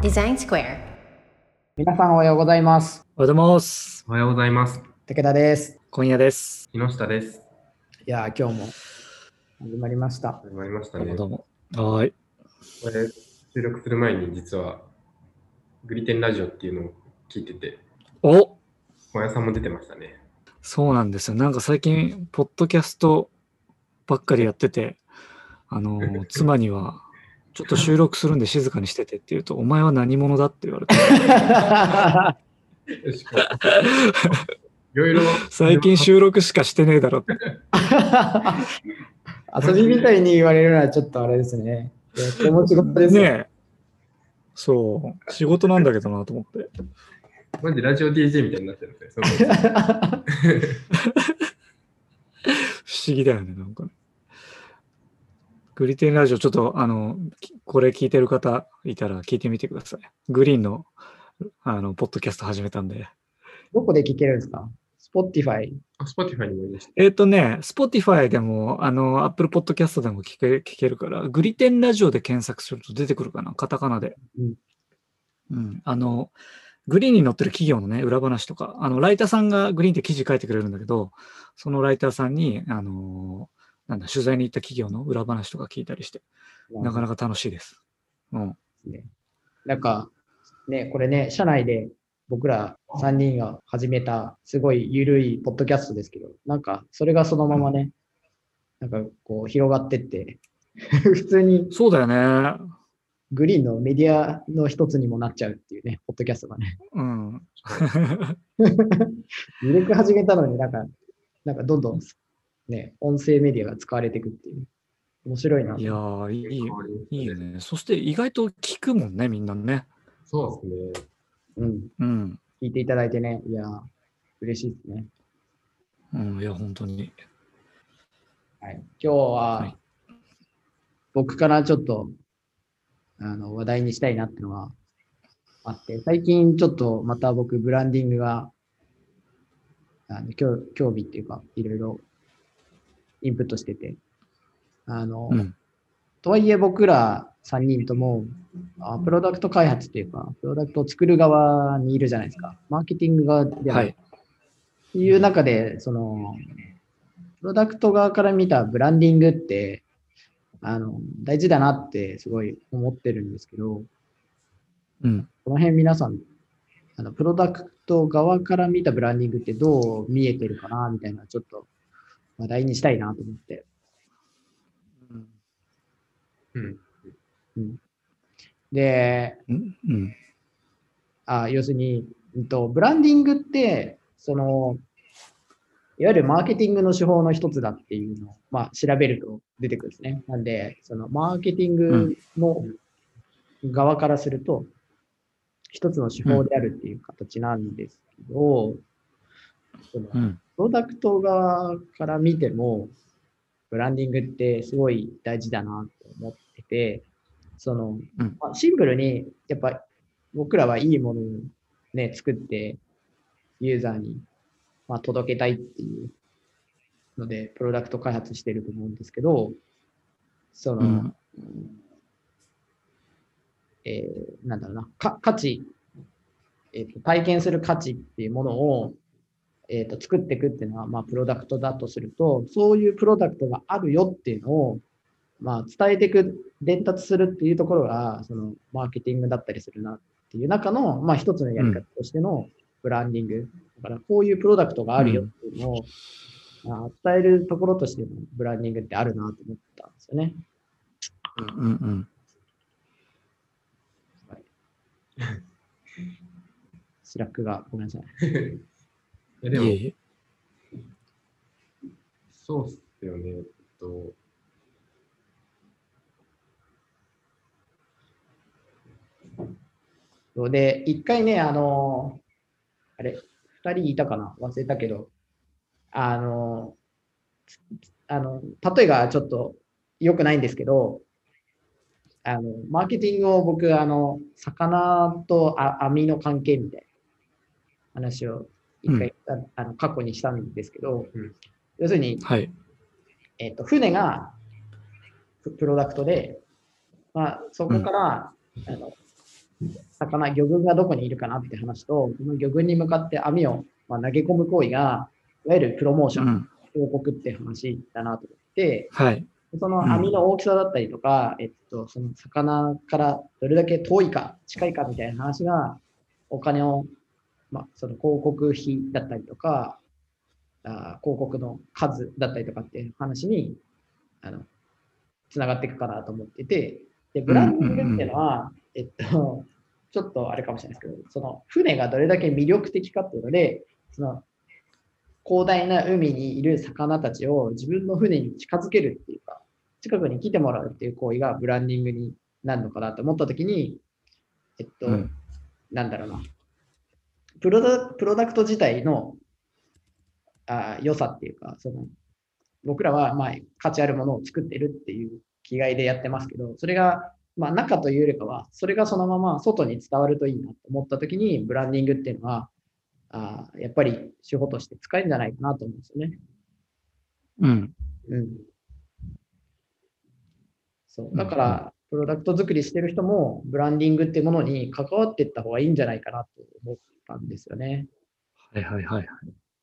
デザインスクエア。 皆さんおはようございます。 おはようございます。 おはようございます。 武田です。 今夜です。 木下です。 いや今日も始まりました。 始まりましたね。 どうも。はい。 これ収録する前に実はグリテンラジオっていうのを聞いてて、 お、 小屋さんも出てましたね。 そうなんですよ。なんか最近ポッドキャストばっかりやってて、妻にはちょっと収録するんで静かにしててって言うと、お前は何者だって言われて。 いろいろ最近収録しかしてねえだろって。 遊びみたいに言われるのはちょっとあれですね。これも仕事ですねえ。そう、仕事なんだけどなと思って。 マジラジオ DJ みたいになってるんですね。 不思議だよね、なんかね。グリテンラジオ、ちょっとこれ聞いてる方いたら聞いてみてください。グリーンのポッドキャスト始めたんで。 どこで聞けるんですか？ Spotify。 Spotify にもいました。 Spotify でも、Apple Podcast でも聞けるから、グリテンラジオで検索すると出てくるかな、カタカナで。うん。グリーンに載ってる企業のね、裏話とか、ライターさんがグリーンって記事書いてくれるんだけど、そのライターさんに、取材に行った企業の裏話とか聞いたりして、なかなか楽しいです。うん。 なんか、ね、これね、社内で僕ら3人が始めた、すごい緩いポッドキャストですけど、なんか、それがそのままね、なんかこう、広がってって、普通に、 そうだよね。 グリーンのメディアの一つにもなっちゃうっていうね、ポッドキャストがね。 うん。 魅力始めたのになんかどんどんね、音声メディアが使われていくっていう。面白いな。 いやー、いいよね。そして意外と聞くもんね、みんなね。 そうですね。 うん。 うん。 聞いていただいてね、いや、嬉しいですね。 うん、いや、本当に。 はい。今日は、僕からちょっと、話題にしたいなっていうのがあって、最近ちょっとまた僕、ブランディングが、興味っていうか、いろいろインプットしてて、とはいえ僕ら3人とも、プロダクト開発っていうか、プロダクトを作る側にいるじゃないですか。マーケティング側である。っていう中で、プロダクト側から見たブランディングって、大事だなってすごい思ってるんですけど、この辺皆さん、プロダクト側から見たブランディングってどう見えてるかなみたいな、ちょっと話題にしたいなと思って。で、要するに、ブランディングって、いわゆるマーケティングの手法の一つだっていうのを、調べると出てくるんですね。なんで、マーケティングの側からすると、一つの手法であるっていう形なんですけど、プロダクト側から見ても、ブランディングってすごい大事だなと思ってて、シンプルに、やっぱ僕らはいいものをね、作って、ユーザーに、届けたいっていうので、プロダクト開発してると思うんですけど、なんだろうな、価値、体験する価値っていうものを、作っていくっていうのは、プロダクトだとすると、そういうプロダクトがあるよっていうのを、伝えていく、伝達するっていうところが、マーケティングだったりするなっていう中の、一つのやり方としてのブランディング。だから、こういうプロダクトがあるよっていうのを、伝えるところとしてのブランディングってあるなと思ったんですよね。スラックがごめんなさい。 でも、そうっすよね。 で、一回ね、あれ、二人いたかな忘れたけど、例えがちょっと良くないんですけど、マーケティングを僕、魚と網の関係みたいな話を一回、過去にしたんですけど、要するに、船がプロダクトで、そこから、 魚群がどこにいるかなって話と、その魚群に向かって網を投げ込む行為が、いわゆるプロモーション、広告って話だなと思って、 はい。 その網の大きさだったりとか、その魚からどれだけ遠いか、近いかみたいな話が、お金を、その広告費だったりとか、広告の数だったりとかっていう話につながっていくかなと思ってて、で、ブランディングっていうのは、ちょっとあれかもしれないですけど、その船がどれだけ魅力的かっていうので、その広大な海にいる魚たちを自分の船に近づけるっていうか、近くに来てもらうっていう行為がブランディングになるのかなと思ったときに、なんだろうな、プロダクト自体の良さっていうか、その僕らは価値あるものを作ってるっていう気概でやってますけど、それが中というよりかは、それがそのまま外に伝わるといいなと思ったときに、ブランディングっていうのは、やっぱり手法として使えるんじゃないかなと思うんですよね。そうだから、プロダクト作りしてる人も、ブランディングっていうものに関わっていった方がいいんじゃないかなと思ったんですよね。 はいはいはいはい。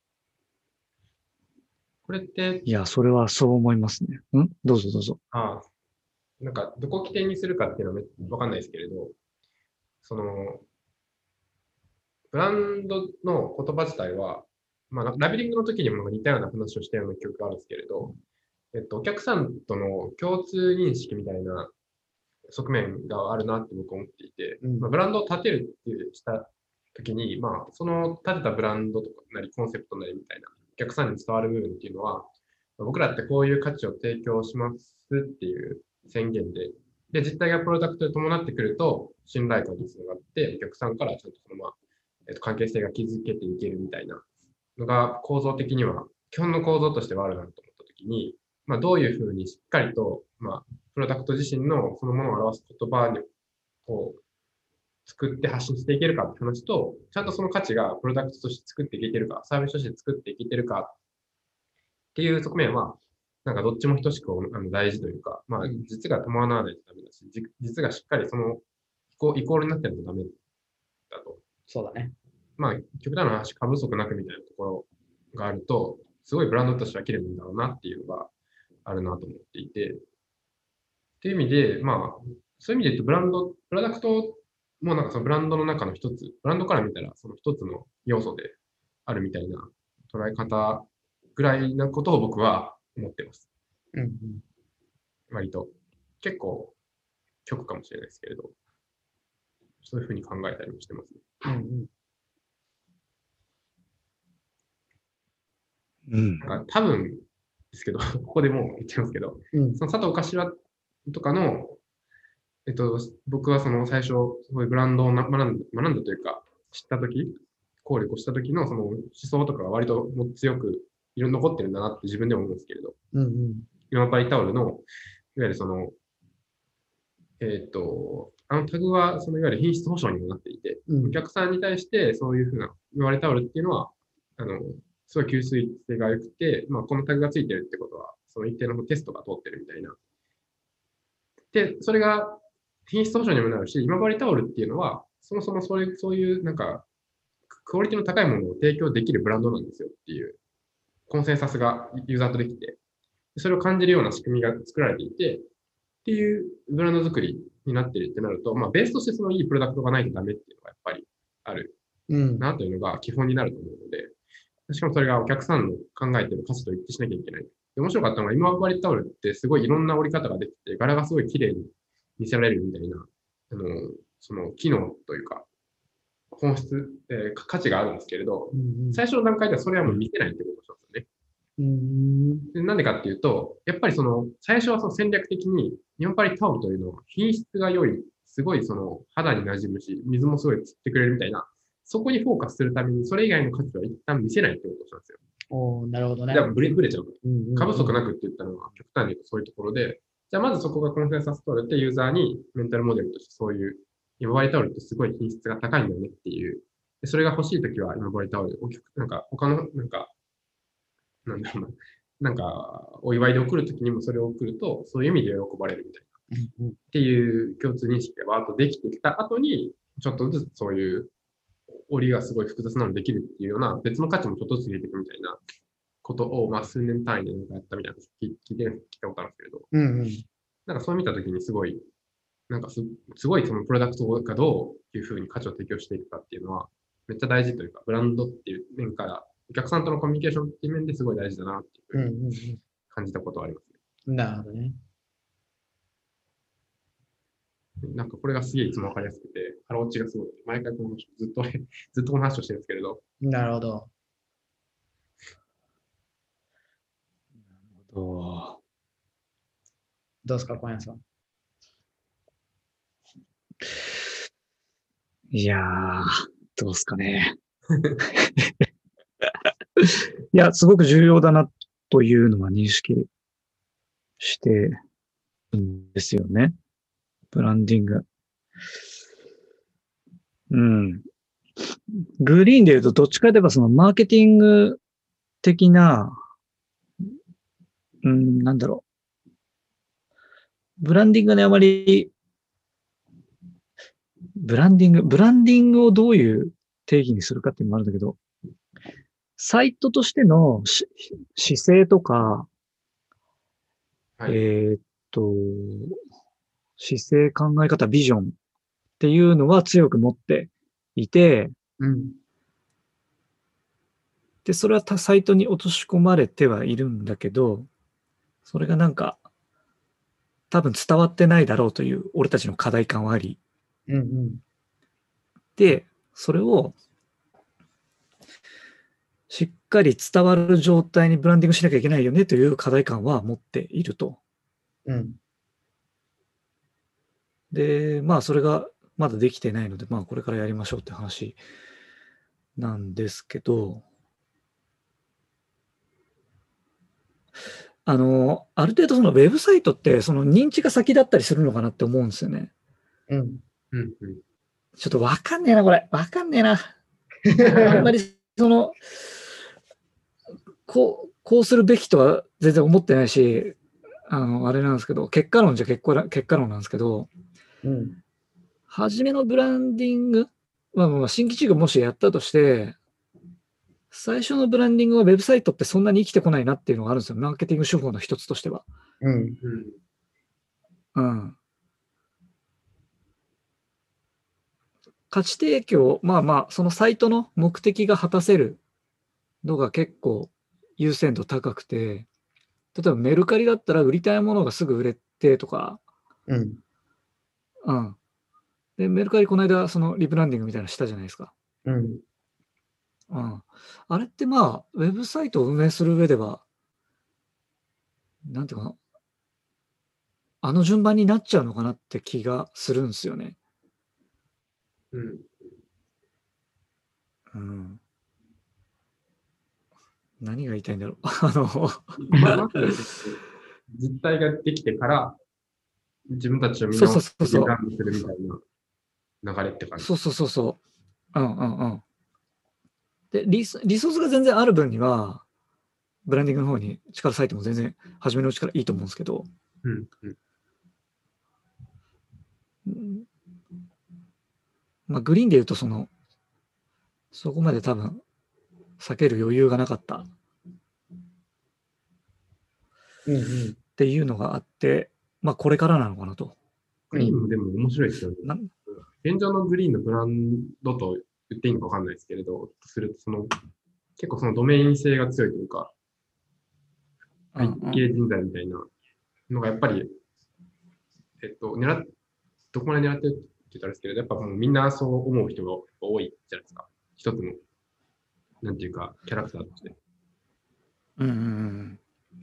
これって、 いや、それはそう思いますね。どうぞどうぞ。 なんか、どこ起点にするかっていうのはわかんないですけれど、その、ブランドの言葉自体は、ラベリングの時にも似たような話をしたような記憶があるんですけれど、お客さんとの共通認識みたいな側面があるなって僕は思っていて、ブランドを立てるっていうした時に、その立てたブランドとかなりコンセプトなりみたいなお客さんに伝わる部分っていうのは、僕らってこういう価値を提供しますっていう宣言で、実態がプロダクトで伴ってくると、信頼感につながって、お客さんからちゃんとその関係性が築けていけるみたいなのが構造的には、基本の構造としてはあるなと思ったときに、どういうふうにしっかりと、プロダクト自身のそのものを表す言葉を作って発信していけるかって話と、ちゃんとその価値がプロダクトとして作っていけてるか、サービスとして作っていけてるかっていう側面は、なんかどっちも等しく大事というか、実が伴わないとダメだし、実がしっかりそのイコールになってるとダメだと。 そうだね。 極端な話、過不足なくみたいなところがあると、すごいブランドとしては切れるんだろうなっていうのがあるなと思っていて、っていう意味で、そういう意味で言うと、プロダクトもなんかそのブランドの中の一つ、ブランドから見たらその一つの要素であるみたいな捉え方ぐらいなことを僕は思ってます。割と。結構、極かもしれないですけれど、そういうふうに考えたりもしてますね。なんか多分ですけど、ここでもう言っちゃいますけど、その佐藤柏とかの、僕はその最初、そういうブランドを学んだというか、知ったとき、考慮をしたときのその思想とかが割ともっ強く残ってるんだなって自分でも思うんですけれど、今治タオルの、いわゆるその、あのタグは、そのいわゆる品質保証にもなっていて、お客さんに対してそういうふうな言われタオルっていうのは、すごい吸水性が良くて、このタグがついてるってことは、その一定のテストが通ってるみたいな。で、それが品質保証にもなるし、今治タオルっていうのは、そもそもそういうなんか、クオリティの高いものを提供できるブランドなんですよっていうコンセンサスがユーザーとできて、それを感じるような仕組みが作られていて、っていうブランド作りになってるってなると、ベースとしてそのいいプロダクトがないとダメっていうのがやっぱりあるなというのが基本になると思うので、しかもそれがお客さんの考えている価値と一致しなきゃいけない。で面白かったのが、今治タオルってすごいいろんな折り方ができて、柄がすごい綺麗に見せられるみたいな、その機能というか、本質、価値があるんですけれど、最初の段階ではそれはもう見せないってことなんですよね。なんでかっていうと、やっぱりその、最初はその戦略的に、日本パリタオルというのは品質が良い、すごいその肌に馴染むし、水もすごい釣ってくれるみたいな、そこにフォーカスするために、それ以外の価値は一旦見せないってことなんですよ。 なるほどね。 じゃあ、ブレちゃうから。過不足なくって言ったのは、極端に言うとそういうところで、じゃあまずそこがコンセンサス取れて、ユーザーにメンタルモデルとしてそういう、今治タオルってすごい品質が高いんだよねっていう、それが欲しいときは今治タオル、なんか他の、なんだろうな、なんかお祝いで送るときにもそれを送ると、そういう意味で喜ばれるみたいな。っていう共通認識がバーッとできてきた後に、 ちょっとずつそういう折りがすごい複雑なのできるっていうような別の価値もちょっとずつ入れていくみたいなことを、まあ数年単位でなんかやったみたいな聞いたことあるんですけれど、 うんうん。 なんかそう見たときにすごい、なんかすごいそのプロダクトがどういうふうに価値を提供していくかっていうのは、めっちゃ大事というか、ブランドっていう面から、お客さんとのコミュニケーションっていう面ですごい大事だなっていうふうに感じたことはありますね。 なるほどね。 なんかこれがすげえいつもわかりやすくて、腹落ちがすごい。毎回このずっとずっとこの話をしてるんですけれど。 なるほど。 どうですか、小山さん。 いやー、どうですかね。いや、すごく重要だなというのは認識してるんですよね。ブランディング。うん。グリーンで言うとどっちかといえばそのマーケティング的な、なんだろう。ブランディングね、あまり、ブランディングをどういう定義にするかっていうのもあるんだけど、サイトとしての姿勢とか、 はい、 姿勢、考え方、ビジョンっていうのは強く持っていて、 うん。 で、それはサイトに落とし込まれてはいるんだけど、それがなんか、多分伝わってないだろうという俺たちの課題感はあり、 うんうん。 で、それをしっかり伝わる状態にブランディングしなきゃいけないよねという課題感は持っていると。 うん。 で、まあそれがまだできてないので、まあこれからやりましょうって話なんですけど、ある程度そのウェブサイトってその認知が先だったりするのかなって思うんですよね。 うん。 うんうん。 ちょっとわかんねえな、これ。わかんねえな。あんまりその、こうするべきとは全然思ってないし、あれなんですけど、結果論じゃ結果論なんですけど、 うん。 初めのブランディング、まあ新規事業もしやったとして、最初のブランディングはウェブサイトってそんなに生きてこないなっていうのがあるんですよ。マーケティング手法の一つとしては。 うん。 うん。 うん。価値提供、まあまあ、そのサイトの目的が果たせるのが結構優先度高くて、例えばメルカリだったら売りたいものがすぐ売れてとか、 うん。 うん。で、メルカリこの間そのリブランディングみたいなのしたじゃないですか。 うん。 うん。あれってまあ、ウェブサイトを運営する上では、なんていうかな、あの順番になっちゃうのかなって気がするんですよね。 うん。 うん。何が言いたいんだろう。 まず、実態ができてから、自分たちを見そうそ直してリブうそうそう。 ランドするみたいな流れって感じ。 そうそうそうそう。うんうんうん。で、リソースが全然ある分には、ブランディングの方に力割いても全然初めのうちからいいと思うんですけど、 うんうん。 まあ、グリーンで言うとそこまで多分避ける余裕がなかったっうん。 ていうのがあって、まあこれからなのかなと。 グリーンもでも面白いですよね。現状のグリーンのブランドと言っていいのかわかんないですけれど、すると結構そのドメイン性が強いというか、 うん IT 系人材みたいなのがやっぱり、どこまで狙ってるって言ったらですけれど、やっぱもうみんなそう思う人が多いじゃないですか。一つの、なんていうか、キャラクターとして。 うんうんうん。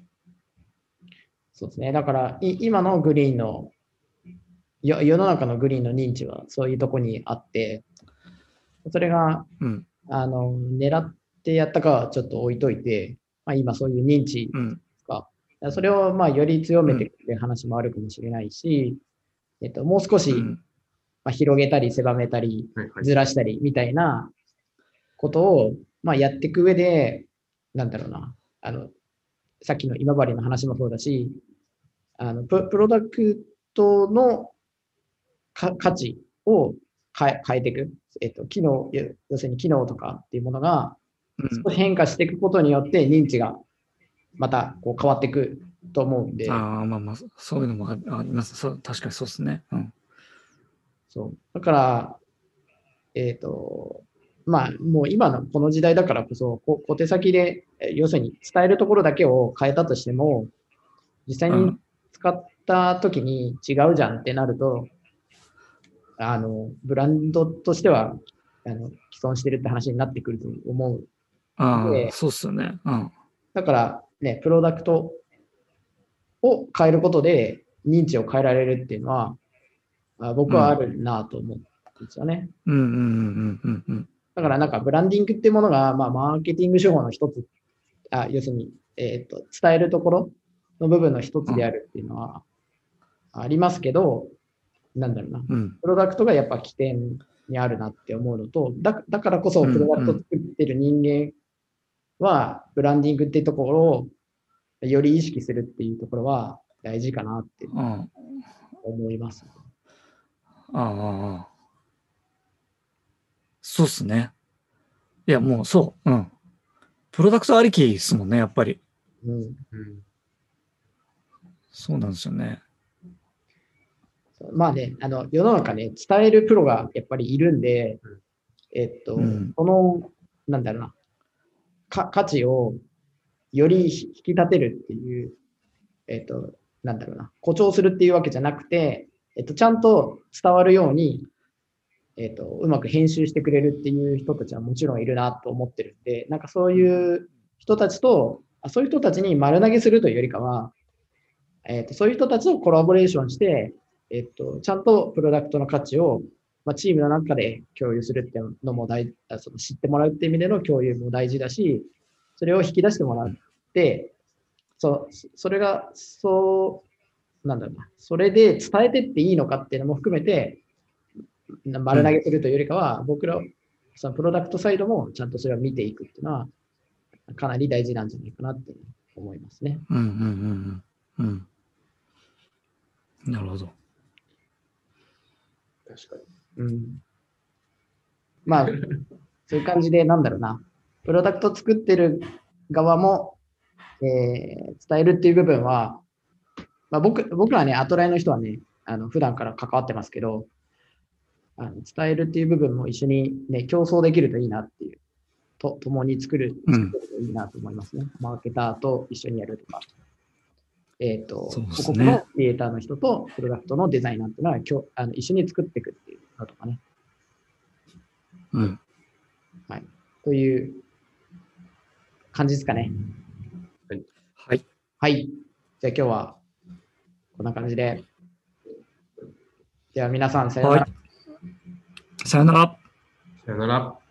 そうですね。だから、今のグリーンの世の中のグリーンの認知はそういうとこにあって、それが、 うん。 狙ってやったかはちょっと置いといて、まあ、今そういう認知うん。 か、それをまあより強めていうん。 くっていう話もあるかもしれないし、もう少し、 うん。 まあ、広げたり狭めたりはいはい。 ずらしたりみたいなことを、まあ、やっていく上で、なんだろうな、さっきの今治の話もそうだし、プロダクトの価値を変えていく。機能、要するに機能とかっていうものが少し変化していくことによって認知がまたこう変わっていくと思うんで。 まあ、そういうのもあります。確かにそうですね。 そう。だから、まあ、もう今のこの時代だからこそ、小手先で、要するに伝えるところだけを変えたとしても、実際に使った時に違うじゃんってなると、ブランドとしては、既存してるって話になってくると思う。 そうっすよね。 だからね、プロダクトを変えることで認知を変えられるっていうのは、僕はあるなと思うんですよね。だからなんかブランディングっていうものが、まあ、マーケティング手法の一つ、要するに、伝えるところの部分の一つであるっていうのはありますけど、なんだろうな、プロダクトがやっぱ起点にあるなって思うのと、だからこそプロダクト作ってる人間は、ブランディングっていうところをより意識するっていうところは大事かなって思います。 そうっすね。いや、もうそう。プロダクトありきですもんね、やっぱり。そうなんですよね。 まあね、世の中ね、伝えるプロがやっぱりいるんで、この、なんだろうな、価値をより引き立てるっていう、なんだろうな、誇張するっていうわけじゃなくて、ちゃんと伝わるように、うまく編集してくれるっていう人たちはもちろんいるなと思ってるんで、なんかそういう人たちと、そういう人たちに丸投げするというよりかは、そういう人たちとコラボレーションして、ちゃんとプロダクトの価値を、チームの中で共有するっていうのもその知ってもらうっていう意味での共有も大事だし、それを引き出してもらって、それが、なんだろうな、それで伝えてっていいのかっていうのも含めて、丸投げするというよりかは、僕ら、そのプロダクトサイドもちゃんとそれを見ていくっていうのは、かなり大事なんじゃないかなって思いますね。 なるほど。 確かに。まあ、そういう感じで、なんだろうな、プロダクト作ってる側も、伝えるっていう部分は、僕らはね、アトライの人はね、普段から関わってますけど、伝えるっていう部分も一緒にね、競争できるといいなっていう、共に作るといいなと思いますね。マーケターと一緒にやるとか。広告のクリエイターの人とプロダクトのデザイナーっていうのは一緒に作っていくっていうのとかね。はい。という感じですかね。 はい。 はい。じゃあ今日はこんな感じで。では皆さん、さようなら。 さよなら。 さよなら。